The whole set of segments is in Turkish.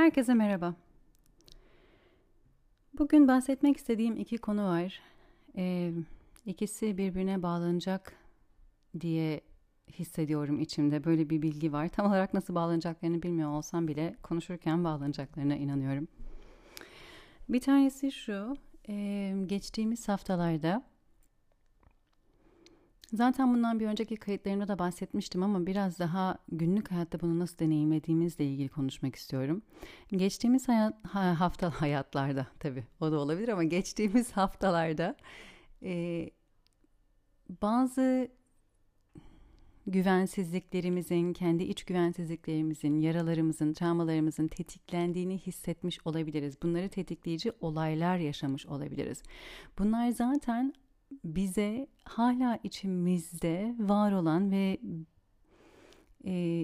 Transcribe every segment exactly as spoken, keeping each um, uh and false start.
Herkese merhaba. Bugün bahsetmek istediğim iki konu var. Ee, ikisi birbirine bağlanacak diye hissediyorum içimde. Böyle bir bilgi var. Tam olarak nasıl bağlanacaklarını bilmiyor olsam bile konuşurken bağlanacaklarına inanıyorum. Bir tanesi şu. E, geçtiğimiz haftalarda zaten bundan bir önceki kayıtlarımda da bahsetmiştim ama biraz daha günlük hayatta bunu nasıl deneyimlediğimizle ilgili konuşmak istiyorum. Geçtiğimiz hayat, ha, hafta hayatlarda tabii o da olabilir ama geçtiğimiz haftalarda e, bazı güvensizliklerimizin, kendi iç güvensizliklerimizin, yaralarımızın, travmalarımızın tetiklendiğini hissetmiş olabiliriz. Bunları tetikleyici olaylar yaşamış olabiliriz. Bunlar zaten bize hala içimizde var olan ve e,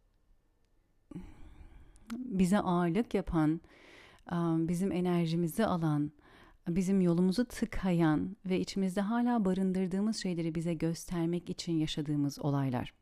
bize ağırlık yapan, bizim enerjimizi alan, bizim yolumuzu tıkayan ve içimizde hala barındırdığımız şeyleri bize göstermek için yaşadığımız olaylar.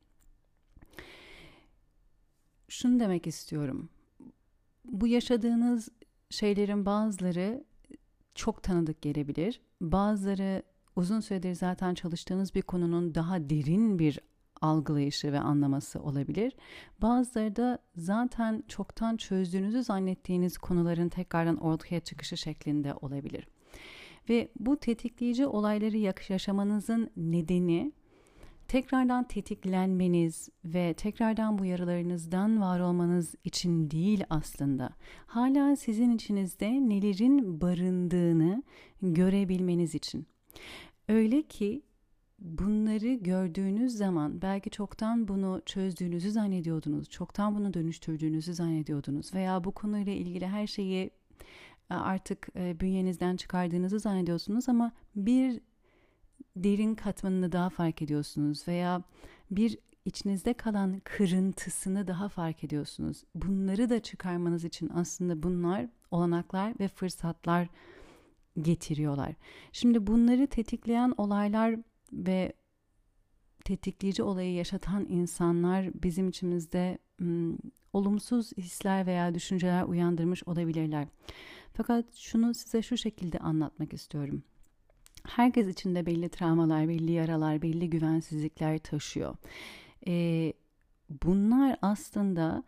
Şunu demek istiyorum. Bu yaşadığınız şeylerin bazıları çok tanıdık gelebilir. Bazıları uzun süredir zaten çalıştığınız bir konunun daha derin bir algılayışı ve anlaması olabilir. Bazıları da zaten çoktan çözdüğünüzü zannettiğiniz konuların tekrardan ortaya çıkışı şeklinde olabilir. Ve bu tetikleyici olayları yaşamanızın nedeni tekrardan tetiklenmeniz ve tekrardan bu yaralarınızdan var olmanız için değil aslında. Hala sizin içinizde nelerin barındığını görebilmeniz için. Öyle ki bunları gördüğünüz zaman belki çoktan bunu çözdüğünüzü zannediyordunuz, çoktan bunu dönüştürdüğünüzü zannediyordunuz veya bu konuyla ilgili her şeyi artık bünyenizden çıkardığınızı zannediyorsunuz ama bir derin katmanını daha fark ediyorsunuz veya bir içinizde kalan kırıntısını daha fark ediyorsunuz. Bunları da çıkarmanız için aslında bunlar olanaklar ve fırsatlar getiriyorlar. Şimdi bunları tetikleyen olaylar ve tetikleyici olayı yaşatan insanlar bizim içimizde ım, olumsuz hisler veya düşünceler uyandırmış olabilirler. Fakat şunu size şu şekilde anlatmak istiyorum. Herkes içinde belli travmalar, belli yaralar, belli güvensizlikler taşıyor. Ee, bunlar aslında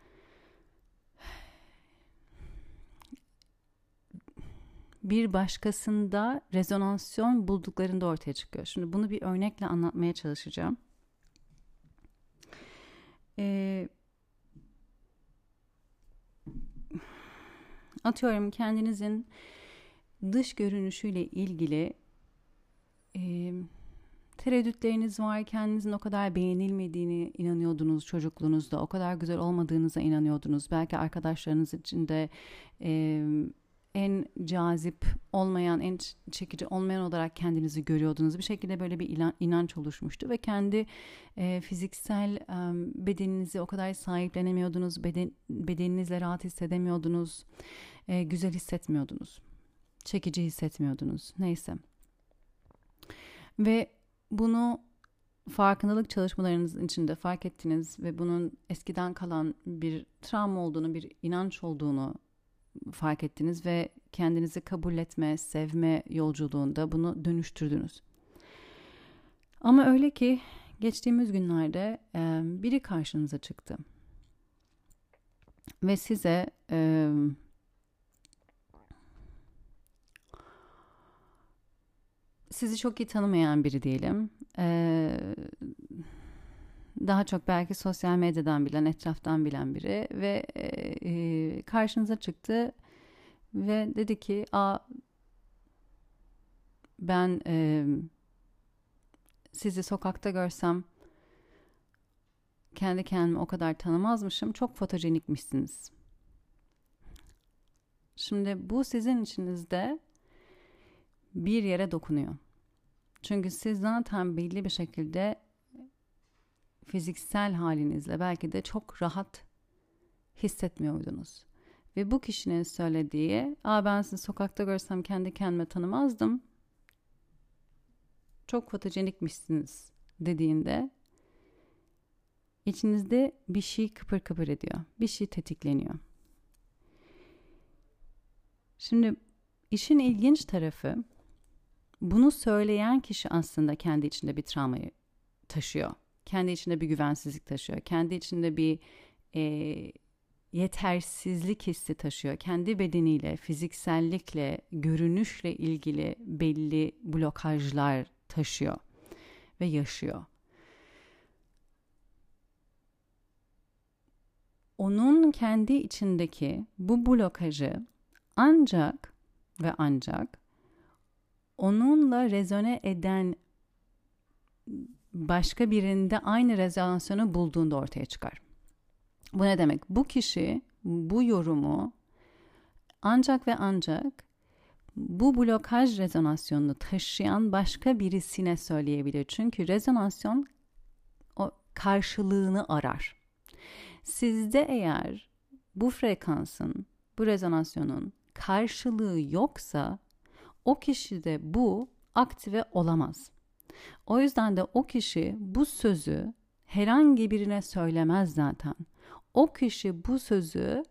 bir başkasında rezonansyon bulduklarında ortaya çıkıyor. Şimdi bunu bir örnekle anlatmaya çalışacağım. Ee, atıyorum kendinizin dış görünüşüyle ilgili e, tereddütleriniz var. Kendinizin o kadar beğenilmediğini inanıyordunuz çocukluğunuzda. O kadar güzel olmadığınıza inanıyordunuz. Belki arkadaşlarınız içinde e, en cazip olmayan, en çekici olmayan olarak kendinizi görüyordunuz. Bir şekilde böyle bir inanç oluşmuştu ve kendi e, fiziksel e, bedeninizi o kadar sahiplenemiyordunuz. Beden, bedeninizle rahat hissedemiyordunuz. E, güzel hissetmiyordunuz. Çekici hissetmiyordunuz. Neyse. Ve bunu farkındalık çalışmalarınızın içinde fark ettiniz ve bunun eskiden kalan bir travma olduğunu, bir inanç olduğunu fark ettiniz ve kendinizi kabul etme, sevme yolculuğunda bunu dönüştürdünüz. Ama öyle ki geçtiğimiz günlerde e, biri karşınıza çıktı ve size e, sizi çok iyi tanımayan biri diyelim. E, daha çok belki sosyal medyadan bilen, etraftan bilen biri ve e, karşınıza çıktı ve dedi ki, "Aa, ben e, sizi sokakta görsem kendi kendimi o kadar tanımazmışım. Çok fotojenikmişsiniz." Şimdi bu sizin içinizde bir yere dokunuyor. Çünkü siz zaten belli bir şekilde fiziksel halinizle belki de çok rahat hissetmiyor ve bu kişinin söylediği, "Aa, ben sizi sokakta görsem kendi kendime tanımazdım. Çok fotojenikmişsiniz" dediğinde içinizde bir şey kıpır kıpır ediyor. Bir şey tetikleniyor. Şimdi işin ilginç tarafı, bunu söyleyen kişi aslında kendi içinde bir travmayı taşıyor. Kendi içinde bir güvensizlik taşıyor. Kendi içinde bir e, yetersizlik hissi taşıyor. Kendi bedeniyle, fiziksellikle, görünüşle ilgili belli blokajlar taşıyor ve yaşıyor. Onun kendi içindeki bu blokajı ancak ve ancak onunla rezone eden başka birinde aynı rezonasyonu bulduğunda ortaya çıkar. Bu ne demek? Bu kişi bu yorumu ancak ve ancak bu blokaj rezonasyonunu taşıyan başka birisine söyleyebilir. Çünkü rezonasyon o karşılığını arar. Sizde eğer bu frekansın, bu rezonasyonun karşılığı yoksa o kişide bu aktive olamaz. O yüzden de o kişi bu sözü herhangi birine söylemez zaten. O kişi bu sözü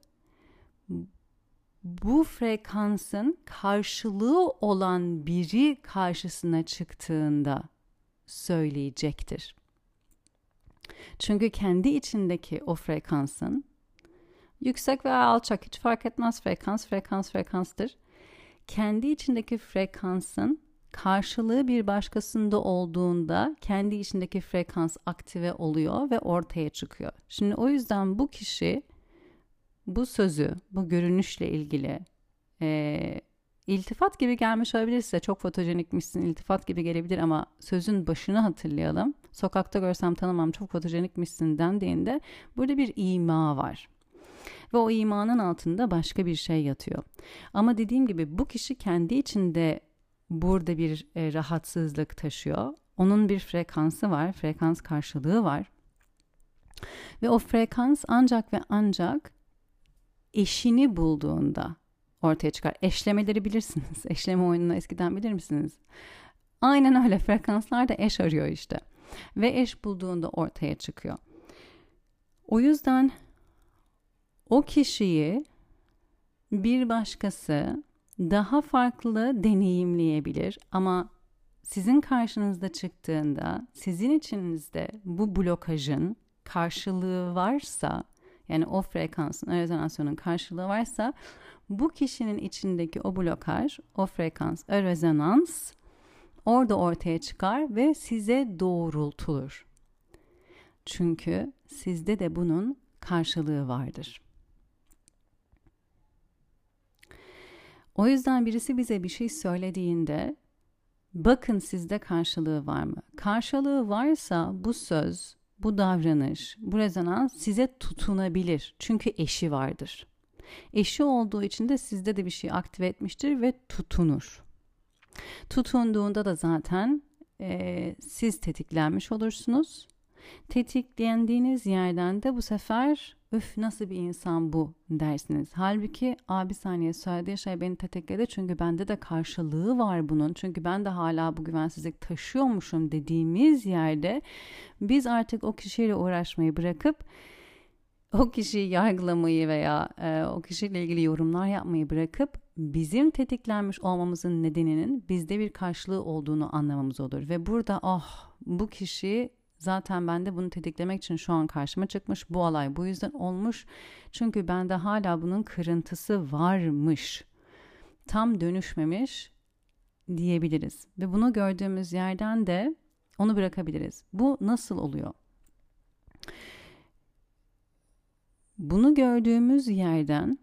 bu frekansın karşılığı olan biri karşısına çıktığında söyleyecektir. Çünkü kendi içindeki o frekansın yüksek veya alçak hiç fark etmez, frekans frekans frekanstır. Kendi içindeki frekansın karşılığı bir başkasında olduğunda kendi içindeki frekans aktive oluyor ve ortaya çıkıyor. Şimdi o yüzden bu kişi bu sözü, bu görünüşle ilgili e, iltifat gibi gelmiş olabilir size. Çok fotojenikmişsin, iltifat gibi gelebilir ama sözün başını hatırlayalım. Sokakta görsem tanımam, çok fotojenikmişsin dendiğinde burada bir ima var. Ve o imanın altında başka bir şey yatıyor. Ama dediğim gibi bu kişi kendi içinde burada bir e, rahatsızlık taşıyor. Onun bir frekansı var, frekans karşılığı var. Ve o frekans ancak ve ancak eşini bulduğunda ortaya çıkar. Eşlemeleri bilirsiniz. Eşleme oyununu eskiden bilir misiniz? Aynen öyle, frekanslar da eş arıyor işte. Ve eş bulduğunda ortaya çıkıyor. O yüzden o kişiyi bir başkası daha farklı deneyimleyebilir ama sizin karşınızda çıktığında sizin içinizde bu blokajın karşılığı varsa, yani o frekansın, o rezonasyonun karşılığı varsa bu kişinin içindeki o blokaj, o frekans, o rezonans orada ortaya çıkar ve size doğrultulur. Çünkü sizde de bunun karşılığı vardır. O yüzden birisi bize bir şey söylediğinde bakın sizde karşılığı var mı? Karşılığı varsa bu söz, bu davranış, bu rezonans size tutunabilir. Çünkü eşi vardır. Eşi olduğu için de sizde de bir şey aktive etmiştir ve tutunur. Tutunduğunda da zaten e, siz tetiklenmiş olursunuz. Tetiklendiğiniz yerden de bu sefer üf nasıl bir insan bu dersiniz. Halbuki abi saniye söylediği şey beni tetikledi çünkü bende de karşılığı var bunun. Çünkü ben de hala bu güvensizlik taşıyormuşum dediğimiz yerde biz artık o kişiyle uğraşmayı bırakıp o kişiyi yargılamayı veya e, o kişiyle ilgili yorumlar yapmayı bırakıp bizim tetiklenmiş olmamızın nedeninin bizde bir karşılığı olduğunu anlamamız olur. Ve burada oh bu kişi zaten bende bunu tetiklemek için şu an karşıma çıkmış, bu olay bu yüzden olmuş. Çünkü bende hala bunun kırıntısı varmış. Tam dönüşmemiş diyebiliriz. Ve bunu gördüğümüz yerden de onu bırakabiliriz. Bu nasıl oluyor? Bunu gördüğümüz yerden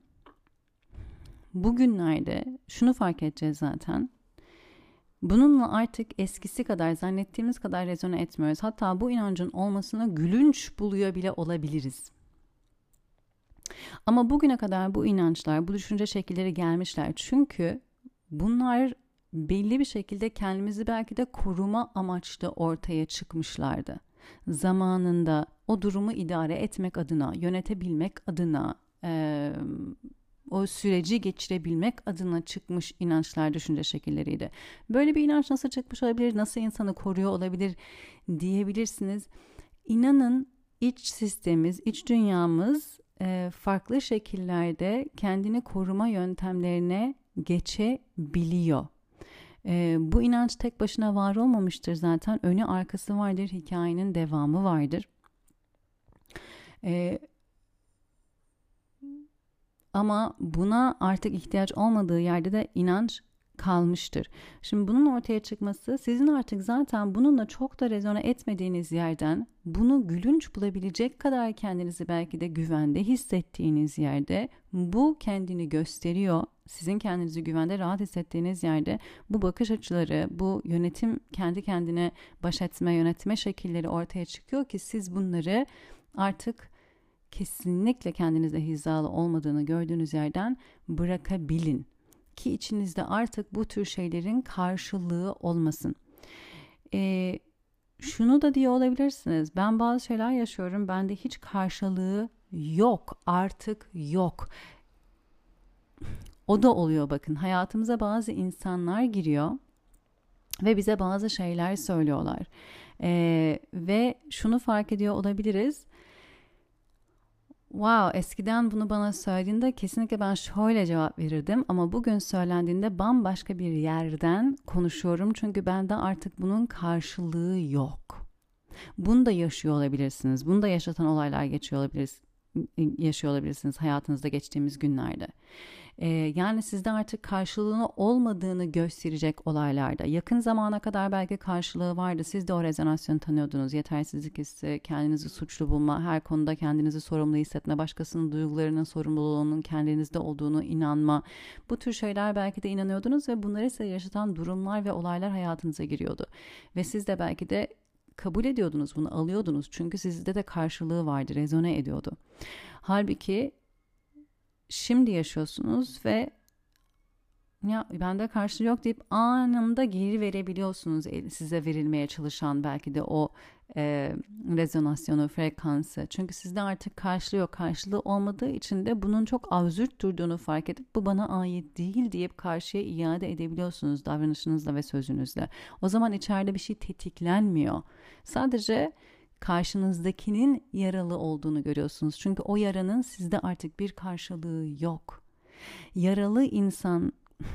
bugünlerde şunu fark edeceğiz zaten. Bununla artık eskisi kadar, zannettiğimiz kadar rezone etmiyoruz. Hatta bu inancın olmasına gülünç buluyor bile olabiliriz. Ama bugüne kadar bu inançlar, bu düşünce şekilleri gelmişler. Çünkü bunlar belli bir şekilde kendimizi belki de koruma amaçlı ortaya çıkmışlardı. Zamanında o durumu idare etmek adına, yönetebilmek adına, e, o süreci geçirebilmek adına çıkmış inançlar, düşünce şekilleriydi. Böyle bir inanç nasıl çıkmış olabilir, nasıl insanı koruyor olabilir diyebilirsiniz. İnanın iç sistemimiz, iç dünyamız e, farklı şekillerde kendini koruma yöntemlerine geçebiliyor. Ee, bu inanç tek başına var olmamıştır zaten. Önü arkası vardır, hikayenin devamı vardır. Ee, ama buna artık ihtiyaç olmadığı yerde de inanç kalmıştır. Şimdi bunun ortaya çıkması sizin artık zaten bununla çok da rezone etmediğiniz yerden bunu gülünç bulabilecek kadar kendinizi belki de güvende hissettiğiniz yerde bu kendini gösteriyor. Sizin kendinizi güvende rahat hissettiğiniz yerde bu bakış açıları, bu yönetim, kendi kendine baş etme, yönetme şekilleri ortaya çıkıyor ki siz bunları artık kesinlikle kendinize hizalı olmadığını gördüğünüz yerden bırakabilin. Ki içinizde artık bu tür şeylerin karşılığı olmasın. Ee, şunu da diye olabilirsiniz. Ben bazı şeyler yaşıyorum. Bende hiç karşılığı yok. Artık yok. O da oluyor bakın. Hayatımıza bazı insanlar giriyor. Ve bize bazı şeyler söylüyorlar. Ee, ve şunu fark ediyor olabiliriz. Wow, eskiden bunu bana söylediğinde kesinlikle ben şöyle cevap verirdim ama bugün söylendiğinde bambaşka bir yerden konuşuyorum çünkü bende artık bunun karşılığı yok. Bunu da yaşıyor olabilirsiniz. Bunu da yaşatan olaylar geçiyor olabilirsiniz. yaşıyor olabilirsiniz hayatınızda geçtiğimiz günlerde. Ee, yani sizde artık karşılığını olmadığını gösterecek olaylarda. Yakın zamana kadar belki karşılığı vardı. Siz de o rezonasyonu tanıyordunuz. Yetersizlik hissi, kendinizi suçlu bulma, her konuda kendinizi sorumlu hissetme, başkasının duygularının sorumluluğunun kendinizde olduğunu inanma. Bu tür şeyler belki de inanıyordunuz ve bunları size yaşatan durumlar ve olaylar hayatınıza giriyordu. Ve siz de belki de kabul ediyordunuz, bunu alıyordunuz. Çünkü sizde de karşılığı vardı, rezone ediyordu. Halbuki şimdi yaşıyorsunuz ve ya bende karşılığı yok deyip anında geri verebiliyorsunuz size verilmeye çalışan belki de o e, rezonasyonu, frekansı. Çünkü sizde artık karşılığı yok. Karşılığı olmadığı için de bunun çok absürt durduğunu fark edip bu bana ait değil deyip karşıya iade edebiliyorsunuz davranışınızla ve sözünüzle. O zaman içeride bir şey tetiklenmiyor. Sadece karşınızdakinin yaralı olduğunu görüyorsunuz. Çünkü o yaranın sizde artık bir karşılığı yok. Yaralı insan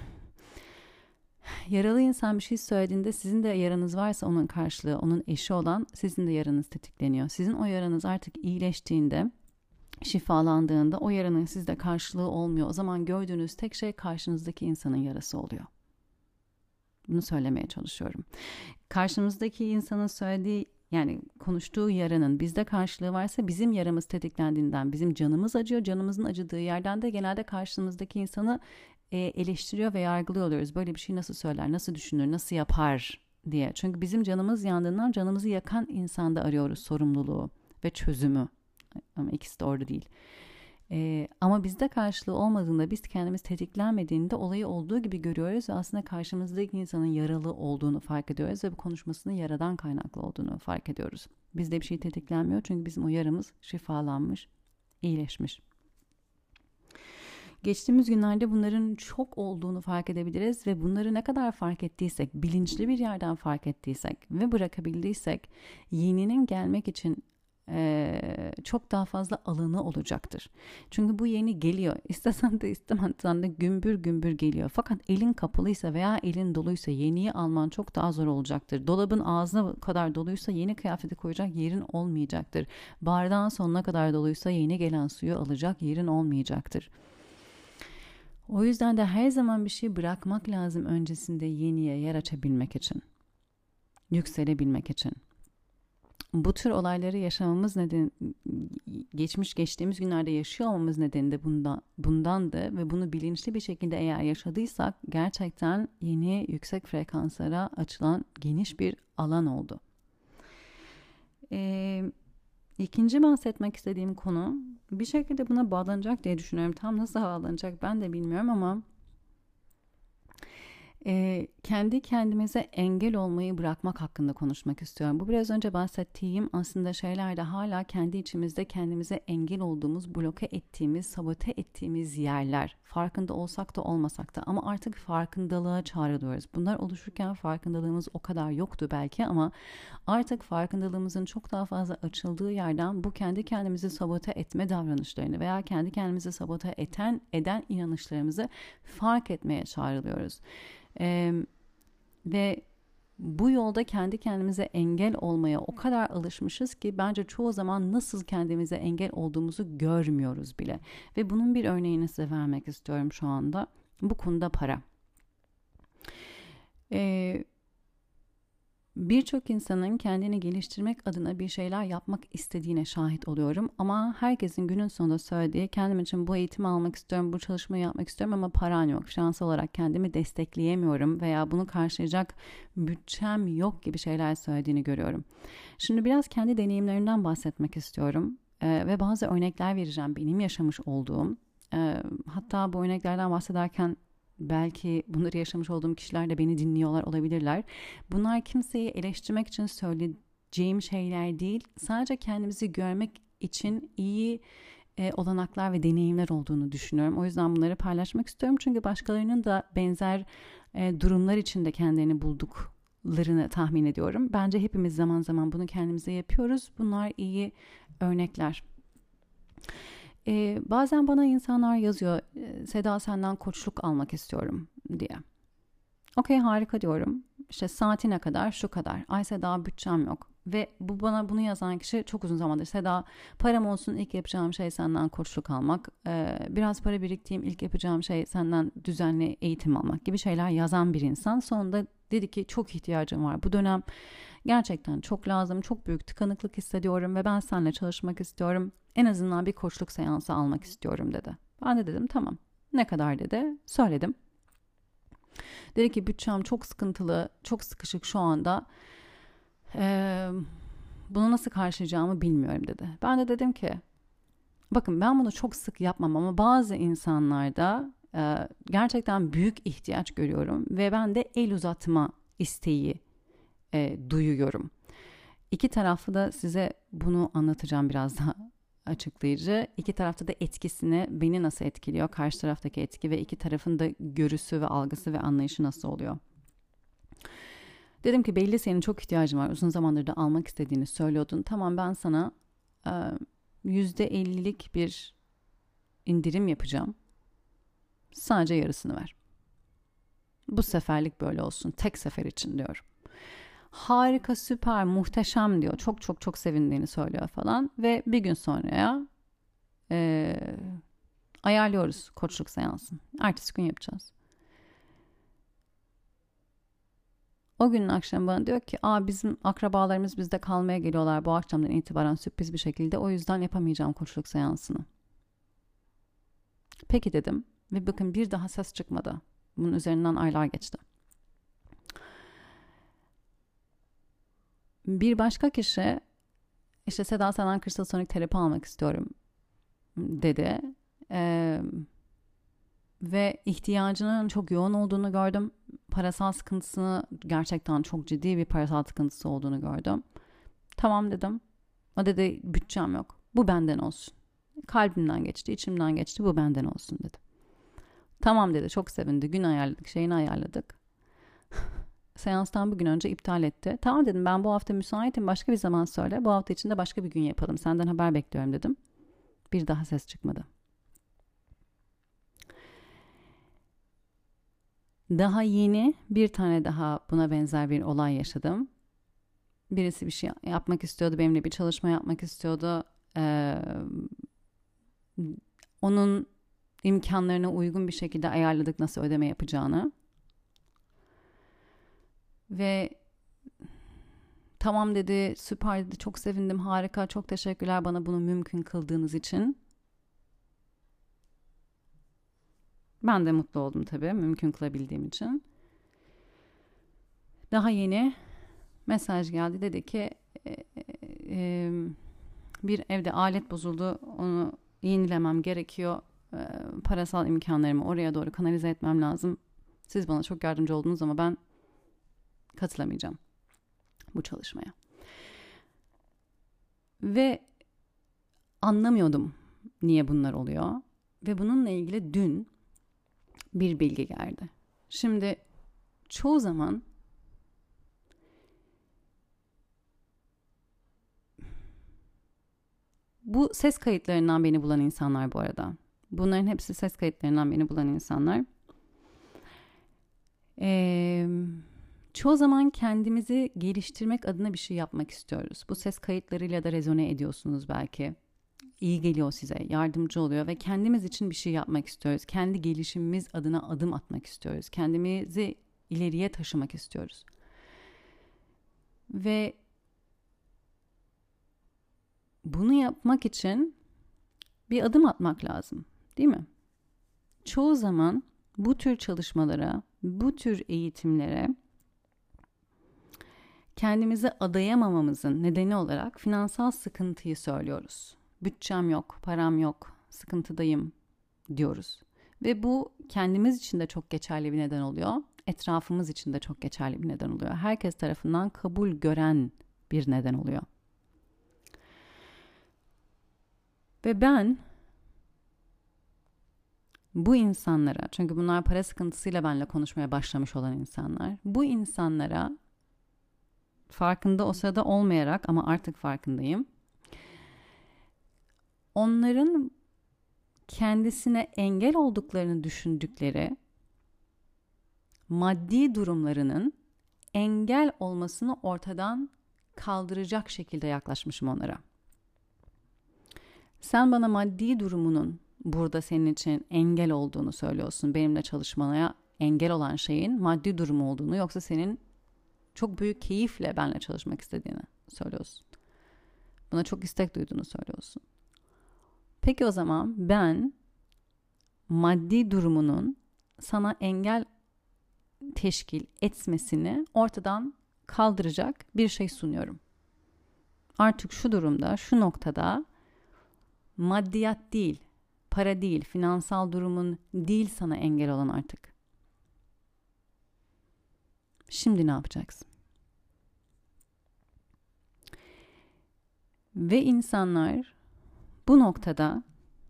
yaralı insan bir şey söylediğinde sizin de yaranız varsa onun karşılığı, onun eşi olan sizin de yaranız tetikleniyor. Sizin o yaranız artık iyileştiğinde, şifalandığında o yaranın sizde karşılığı olmuyor. O zaman gördüğünüz tek şey karşınızdaki insanın yarası oluyor. Bunu söylemeye çalışıyorum. Karşımızdaki insanın söylediği yani konuştuğu yaranın bizde karşılığı varsa bizim yaramız tetiklendiğinden bizim canımız acıyor. Canımızın acıdığı yerden de genelde karşımızdaki insanı e, eleştiriyor ve yargılıyor oluyoruz. Böyle bir şey nasıl söyler, nasıl düşünür, nasıl yapar diye. Çünkü bizim canımız yandığından canımızı yakan insanda arıyoruz sorumluluğu ve çözümü. Ama ikisi de orada değil. Ee, ama bizde karşılığı olmadığında, biz kendimiz tetiklenmediğinde olayı olduğu gibi görüyoruz ve aslında karşımızdaki insanın yaralı olduğunu fark ediyoruz ve bu konuşmasının yaradan kaynaklı olduğunu fark ediyoruz. Bizde bir şey tetiklenmiyor çünkü bizim o yaramız şifalanmış, iyileşmiş. Geçtiğimiz günlerde bunların çok olduğunu fark edebiliriz ve bunları ne kadar fark ettiysek, bilinçli bir yerden fark ettiysek ve bırakabildiysek yeninin gelmek için Ee, çok daha fazla alanı olacaktır. Çünkü bu yeni geliyor. İstesen de istemezsen de gümbür gümbür geliyor. Fakat elin kapalıysa veya elin doluysa yeniyi alman çok daha zor olacaktır. Dolabın ağzına kadar doluysa yeni kıyafeti koyacak yerin olmayacaktır. Bardağın sonuna kadar doluysa yeni gelen suyu alacak yerin olmayacaktır. O yüzden de her zaman bir şey bırakmak lazım öncesinde yeniye yer açabilmek için. Yükselebilmek için. Bu tür olayları yaşamamız neden geçmiş geçtiğimiz günlerde yaşıyor olmamız nedeni de bundan, bundandı ve bunu bilinçli bir şekilde eğer yaşadıysak gerçekten yeni yüksek frekanslara açılan geniş bir alan oldu. Ee, ikinci bahsetmek istediğim konu bir şekilde buna bağlanacak diye düşünüyorum. Tam nasıl bağlanacak ben de bilmiyorum ama Ee, kendi kendimize engel olmayı bırakmak hakkında konuşmak istiyorum. Bu biraz önce bahsettiğim aslında şeylerde hala kendi içimizde kendimize engel olduğumuz, bloke ettiğimiz, sabote ettiğimiz yerler. Farkında olsak da olmasak da, ama artık farkındalığa çağrılıyoruz. Bunlar oluşurken farkındalığımız o kadar yoktu belki, ama artık farkındalığımızın çok daha fazla açıldığı yerden bu kendi kendimizi sabote etme davranışlarını veya kendi kendimizi sabote eten eden inanışlarımızı fark etmeye çağrılıyoruz. Ee, ve bu yolda kendi kendimize engel olmaya o kadar alışmışız ki bence çoğu zaman nasıl kendimize engel olduğumuzu görmüyoruz bile. Ve bunun bir örneğini size vermek istiyorum şu anda. Bu konuda para. Ee, Birçok insanın kendini geliştirmek adına bir şeyler yapmak istediğine şahit oluyorum. Ama herkesin günün sonunda söylediği, kendim için bu eğitimi almak istiyorum, bu çalışmayı yapmak istiyorum ama param yok. Finansal olarak kendimi destekleyemiyorum veya bunu karşılayacak bütçem yok gibi şeyler söylediğini görüyorum. Şimdi biraz kendi deneyimlerimden bahsetmek istiyorum. Ee, ve bazı örnekler vereceğim benim yaşamış olduğum. Ee, hatta bu örneklerden bahsederken belki bunları yaşamış olduğum kişiler de beni dinliyorlar olabilirler. Bunlar kimseyi eleştirmek için söyleyeceğim şeyler değil. Sadece kendimizi görmek için iyi e, olanaklar ve deneyimler olduğunu düşünüyorum. O yüzden bunları paylaşmak istiyorum. Çünkü başkalarının da benzer e, durumlar içinde kendilerini bulduklarını tahmin ediyorum. Bence hepimiz zaman zaman bunu kendimize yapıyoruz. Bunlar iyi örnekler. Ee, bazen bana insanlar yazıyor, Seda senden koçluk almak istiyorum diye. Okey, harika diyorum. İşte saatine kadar şu kadar. Ay Seda bütçem yok. Ve bu bana bunu yazan kişi çok uzun zamandır. Seda param olsun, ilk yapacağım şey senden koçluk almak. Ee, biraz para biriktireyim, ilk yapacağım şey senden düzenli eğitim almak gibi şeyler yazan bir insan. Sonunda dedi ki çok ihtiyacım var. Bu dönem gerçekten çok lazım. Çok büyük tıkanıklık hissediyorum ve ben seninle çalışmak istiyorum. En azından bir koçluk seansı almak istiyorum dedi. Ben de dedim tamam. Ne kadar dedi? Söyledim. Dedi ki bütçem çok sıkıntılı, çok sıkışık şu anda. Ee, bunu nasıl karşılayacağımı bilmiyorum dedi. Ben de dedim ki bakın ben bunu çok sık yapmam ama bazı insanlarda e, gerçekten büyük ihtiyaç görüyorum ve ben de el uzatma isteği e, duyuyorum. İki taraflı da size bunu anlatacağım biraz daha açıklayıcı. İki tarafta da etkisini, beni nasıl etkiliyor, karşı taraftaki etki ve iki tarafın da görüsü ve algısı ve anlayışı nasıl oluyor. Dedim ki belli senin çok ihtiyacın var. Uzun zamandır da almak istediğini söylüyordun. Tamam ben sana yüzde ellilik bir indirim yapacağım. Sadece yarısını ver. Bu seferlik böyle olsun. Tek sefer için diyorum. Harika, süper, muhteşem diyor. Çok çok çok sevindiğini söylüyor falan. Ve bir gün sonraya e, ayarlıyoruz koçluk seansını. Ertesi gün yapacağız. O günün akşamı bana diyor ki Aa, bizim akrabalarımız bizde kalmaya geliyorlar bu akşamdan itibaren sürpriz bir şekilde. O yüzden yapamayacağım koçluk seansını. Peki dedim. Ve bakın bir daha ses çıkmadı. Bunun üzerinden aylar geçti. Bir başka kişi işte Seda senden kristal sonik terapi almak istiyorum dedi. Ee, ve ihtiyacının çok yoğun olduğunu gördüm. Parasal sıkıntısını gerçekten çok ciddi bir parasal sıkıntısı olduğunu gördüm. Tamam dedim. O dedi bütçem yok. Bu benden olsun. Kalbimden geçti, içimden geçti. Bu benden olsun dedi. Tamam dedi. Çok sevindi. Gün ayarladık, şeyini ayarladık. Seanstan bir gün önce iptal etti. Tamam dedim ben bu hafta müsaitim, başka bir zaman söyle. Bu hafta içinde başka bir gün yapalım. Senden haber bekliyorum dedim. Bir daha ses çıkmadı. Daha yeni bir tane daha buna benzer bir olay yaşadım. Birisi bir şey yapmak istiyordu. Benimle bir çalışma yapmak istiyordu. Ee, onun imkanlarına uygun bir şekilde ayarladık nasıl ödeme yapacağını. Ve tamam dedi, süper dedi, çok sevindim, harika, çok teşekkürler bana bunu mümkün kıldığınız için. Ben de mutlu oldum tabii mümkün kılabildiğim için. Daha yeni mesaj geldi, dedi ki e, e, bir evde alet bozuldu, onu yenilemem gerekiyor, e, parasal imkanlarımı oraya doğru kanalize etmem lazım. Siz bana çok yardımcı oldunuz ama ben katılamayacağım bu çalışmaya. Ve anlamıyordum niye bunlar oluyor. Ve bununla ilgili dün bir bilgi geldi. Şimdi çoğu zaman bu ses kayıtlarından beni bulan insanlar bu arada. Bunların hepsi ses kayıtlarından beni bulan insanlar. Ee, çoğu zaman kendimizi geliştirmek adına bir şey yapmak istiyoruz. Bu ses kayıtlarıyla da rezone ediyorsunuz belki. İyi geliyor size, yardımcı oluyor ve kendimiz için bir şey yapmak istiyoruz. Kendi gelişimimiz adına adım atmak istiyoruz. Kendimizi ileriye taşımak istiyoruz. Ve bunu yapmak için bir adım atmak lazım, değil mi? Çoğu zaman bu tür çalışmalara, bu tür eğitimlere kendimizi adayamamamızın nedeni olarak finansal sıkıntıyı söylüyoruz. Bütçem yok, param yok, sıkıntıdayım diyoruz. Ve bu kendimiz için de çok geçerli bir neden oluyor. Etrafımız için de çok geçerli bir neden oluyor. Herkes tarafından kabul gören bir neden oluyor. Ve ben bu insanlara, çünkü bunlar para sıkıntısıyla benimle konuşmaya başlamış olan insanlar, bu insanlara farkında o sırada olmayarak ama artık farkındayım. Onların kendisine engel olduklarını düşündükleri maddi durumlarının engel olmasını ortadan kaldıracak şekilde yaklaşmışım onlara. Sen bana maddi durumunun burada senin için engel olduğunu söylüyorsun. Benimle çalışmaya engel olan şeyin maddi durumu olduğunu, yoksa senin çok büyük keyifle benimle çalışmak istediğini söylüyorsun. Buna çok istek duyduğunu söylüyorsun. Peki o zaman ben maddi durumunun sana engel teşkil etmesini ortadan kaldıracak bir şey sunuyorum. Artık şu durumda, şu noktada maddiyat değil, para değil, finansal durumun değil sana engel olan artık. Şimdi ne yapacaksın? Ve insanlar bu noktada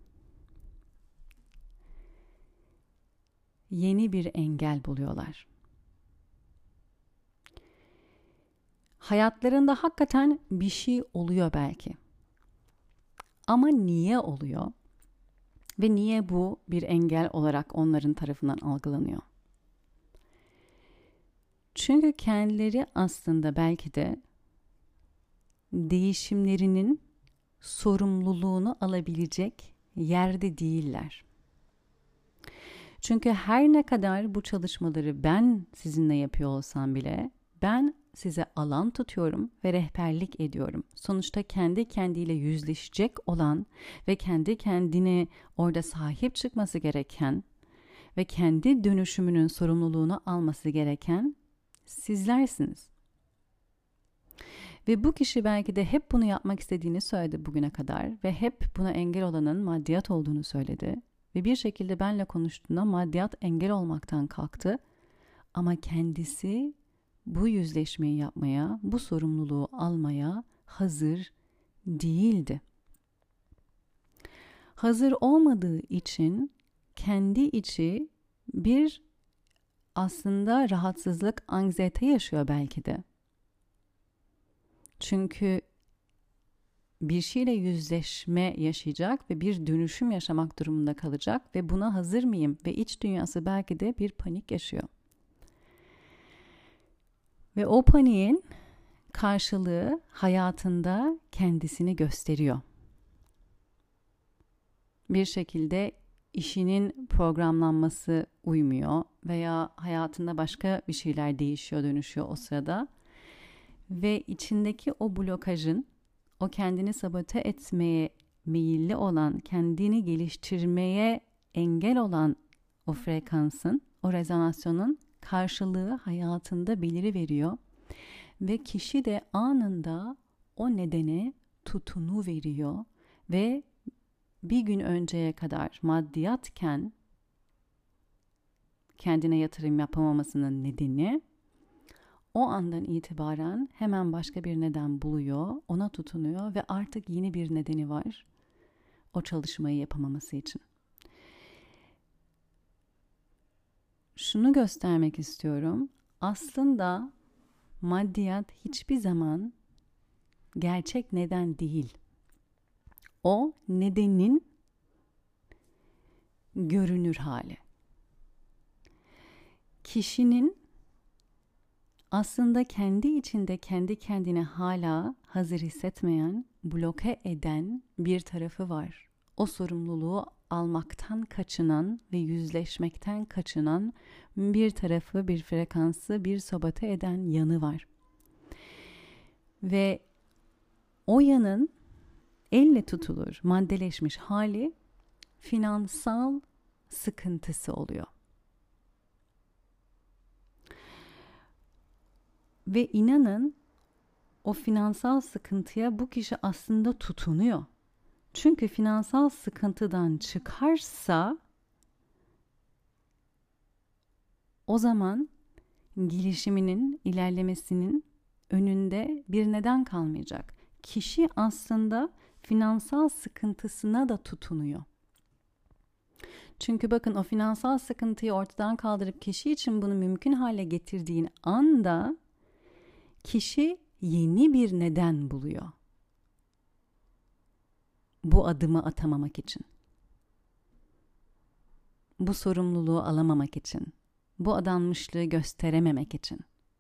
yeni bir engel buluyorlar. Hayatlarında hakikaten bir şey oluyor belki. Ama niye oluyor? Ve niye bu bir engel olarak onların tarafından algılanıyor? Çünkü kendileri aslında belki de değişimlerinin sorumluluğunu alabilecek yerde değiller. Çünkü her ne kadar bu çalışmaları ben sizinle yapıyor olsam bile ben size alan tutuyorum ve rehberlik ediyorum. Sonuçta kendi kendiyle yüzleşecek olan ve kendi kendine orada sahip çıkması gereken ve kendi dönüşümünün sorumluluğunu alması gereken sizlersiniz. Ve bu kişi belki de hep bunu yapmak istediğini söyledi bugüne kadar ve hep buna engel olanın maddiyat olduğunu söyledi. Ve bir şekilde benimle konuştuğunda maddiyat engel olmaktan kalktı. Ama kendisi bu yüzleşmeyi yapmaya, bu sorumluluğu almaya hazır değildi. Hazır olmadığı için kendi içi bir aslında rahatsızlık, anksiyete yaşıyor belki de. Çünkü bir şeyle yüzleşme yaşayacak ve bir dönüşüm yaşamak durumunda kalacak ve buna hazır mıyım? Ve iç dünyası belki de bir panik yaşıyor. Ve o paniğin karşılığı hayatında kendisini gösteriyor. Bir şekilde işinin programlanması uymuyor veya hayatında başka bir şeyler değişiyor, dönüşüyor o sırada. Ve içindeki o blokajın, o kendini sabote etmeye meyilli olan, kendini geliştirmeye engel olan o frekansın, o rezonasyonun karşılığı hayatında beliriveriyor. Ve kişi de anında o nedene tutunu veriyor ve bir gün önceye kadar maddiyatken kendine yatırım yapamamasının nedeni, o andan itibaren hemen başka bir neden buluyor, ona tutunuyor ve artık yeni bir nedeni var o çalışmayı yapamaması için. Şunu göstermek istiyorum. Aslında maddiyat hiçbir zaman gerçek neden değil. O nedenin görünür hali. Kişinin aslında kendi içinde kendi kendine hala hazır hissetmeyen, bloke eden bir tarafı var. O sorumluluğu almaktan kaçınan ve yüzleşmekten kaçınan bir tarafı, bir frekansı, bir sabote eden yanı var. Ve o yanın elle tutulur, maddeleşmiş hali finansal sıkıntısı oluyor. Ve inanın o finansal sıkıntıya bu kişi aslında tutunuyor. Çünkü finansal sıkıntıdan çıkarsa o zaman gelişiminin, ilerlemesinin önünde bir neden kalmayacak. Kişi aslında finansal sıkıntısına da tutunuyor. Çünkü bakın o finansal sıkıntıyı ortadan kaldırıp kişi için bunu mümkün hale getirdiğin anda kişi yeni bir neden buluyor. Bu adımı atamamak için. Bu sorumluluğu alamamak için. Bu adanmışlığı gösterememek için.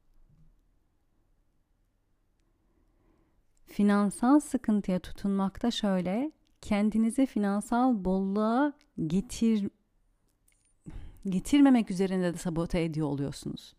Finansal sıkıntıya tutunmakta şöyle, kendinizi finansal bolluğa getir getirmemek üzerinde de sabote ediyor oluyorsunuz.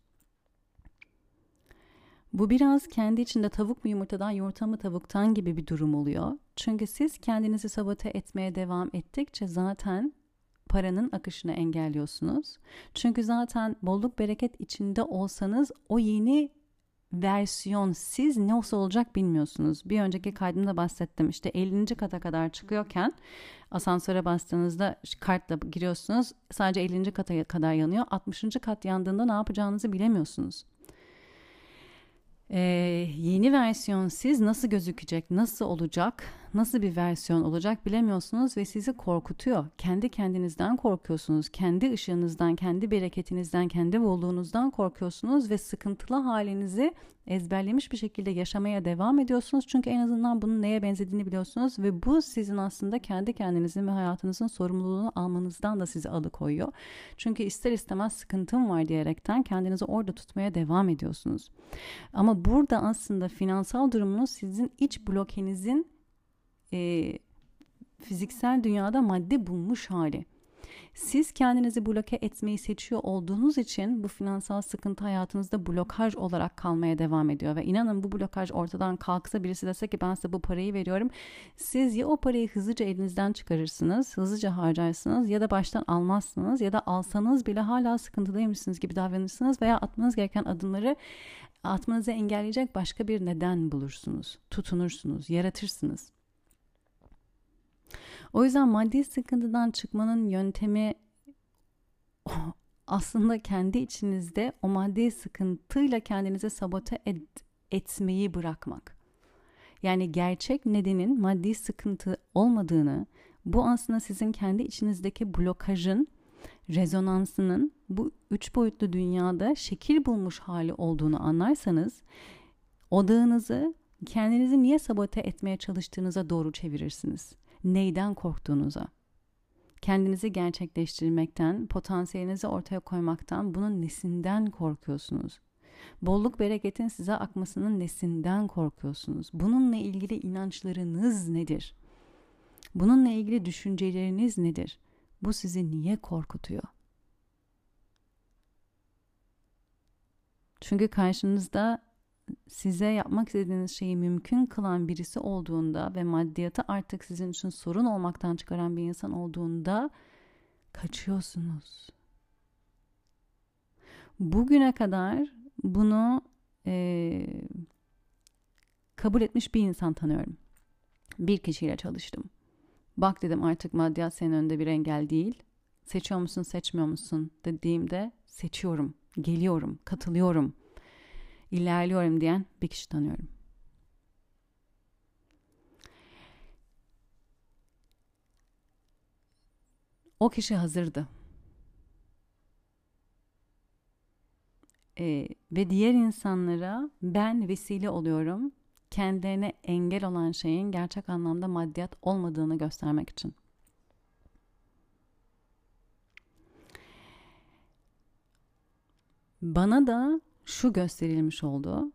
Bu biraz kendi içinde tavuk mu yumurtadan, yumurta mı tavuktan gibi bir durum oluyor. Çünkü siz kendinizi sabote etmeye devam ettikçe zaten paranın akışını engelliyorsunuz. Çünkü zaten bolluk bereket içinde olsanız o yeni versiyon siz ne olsa olacak bilmiyorsunuz. Bir önceki kaydımda bahsettim. İşte ellinci kata kadar çıkıyorken asansöre bastığınızda kartla giriyorsunuz. Sadece ellinci kata kadar yanıyor. altmışıncı kat yandığında ne yapacağınızı bilemiyorsunuz. Ee, yeni versiyon siz nasıl gözükecek, nasıl olacak, nasıl bir versiyon olacak bilemiyorsunuz ve sizi korkutuyor. Kendi kendinizden korkuyorsunuz, kendi ışığınızdan, kendi bereketinizden, kendi bolluğunuzdan korkuyorsunuz ve sıkıntılı halinizi ezberlemiş bir şekilde yaşamaya devam ediyorsunuz. Çünkü en azından bunun neye benzediğini biliyorsunuz ve bu sizin aslında kendi kendinizin ve hayatınızın sorumluluğunu almanızdan da sizi alıkoyuyor. Çünkü ister istemez sıkıntım var diyerekten kendinizi orada tutmaya devam ediyorsunuz. Ama burada aslında finansal durumunuz sizin iç blokenizin e, fiziksel dünyada madde bulmuş hali. Siz kendinizi bloke etmeyi seçiyor olduğunuz için bu finansal sıkıntı hayatınızda blokaj olarak kalmaya devam ediyor. Ve inanın bu blokaj ortadan kalksa, birisi dese ki ben size bu parayı veriyorum. Siz ya o parayı hızlıca elinizden çıkarırsınız, hızlıca harcarsınız ya da baştan almazsınız ya da alsanız bile hala sıkıntıdaymışsınız gibi davranırsınız veya atmanız gereken adımları atmanızı engelleyecek başka bir neden bulursunuz, tutunursunuz, yaratırsınız. O yüzden maddi sıkıntıdan çıkmanın yöntemi aslında kendi içinizde o maddi sıkıntıyla kendinizi sabote et, etmeyi bırakmak. Yani gerçek nedenin maddi sıkıntı olmadığını, bu aslında sizin kendi içinizdeki blokajın, rezonansının bu üç boyutlu dünyada şekil bulmuş hali olduğunu anlarsanız, odağınızı kendinizi niye sabote etmeye çalıştığınıza doğru çevirirsiniz. Neyden korktuğunuza, kendinizi gerçekleştirmekten, potansiyelinizi ortaya koymaktan, bunun nesinden korkuyorsunuz? Bolluk bereketin size akmasının nesinden korkuyorsunuz? Bununla ilgili inançlarınız nedir? Bununla ilgili düşünceleriniz nedir? Bu sizi niye korkutuyor? Çünkü karşınızda size yapmak istediğiniz şeyi mümkün kılan birisi olduğunda ve maddiyatı artık sizin için sorun olmaktan çıkaran bir insan olduğunda kaçıyorsunuz. Bugüne kadar bunu e, kabul etmiş bir insan tanıyorum. Bir kişiyle çalıştım. Bak dedim, artık maddiyat senin önünde bir engel değil. Seçiyor musun, seçmiyor musun dediğimde seçiyorum, geliyorum, katılıyorum, ilerliyorum diyen bir kişi tanıyorum. O kişi hazırdı. Ee, ve diğer insanlara ben vesile oluyorum, kendilerine engel olan şeyin gerçek anlamda maddiyat olmadığını göstermek için. Bana da şu gösterilmiş oldu.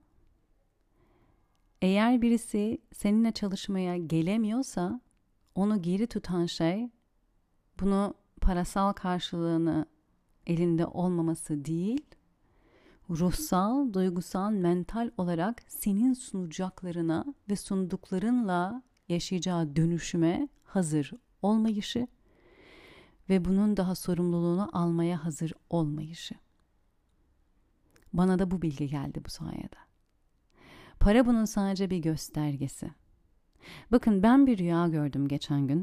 Eğer birisi seninle çalışmaya gelemiyorsa onu geri tutan şey bunu parasal karşılığını elinde olmaması değil, ruhsal, duygusal, mental olarak senin sunacaklarına ve sunduklarınla yaşayacağı dönüşüme hazır olmayışı ve bunun daha sorumluluğunu almaya hazır olmayışı. Bana da bu bilgi geldi bu sayede. Para bunun sadece bir göstergesi. Bakın, ben bir rüya gördüm geçen gün.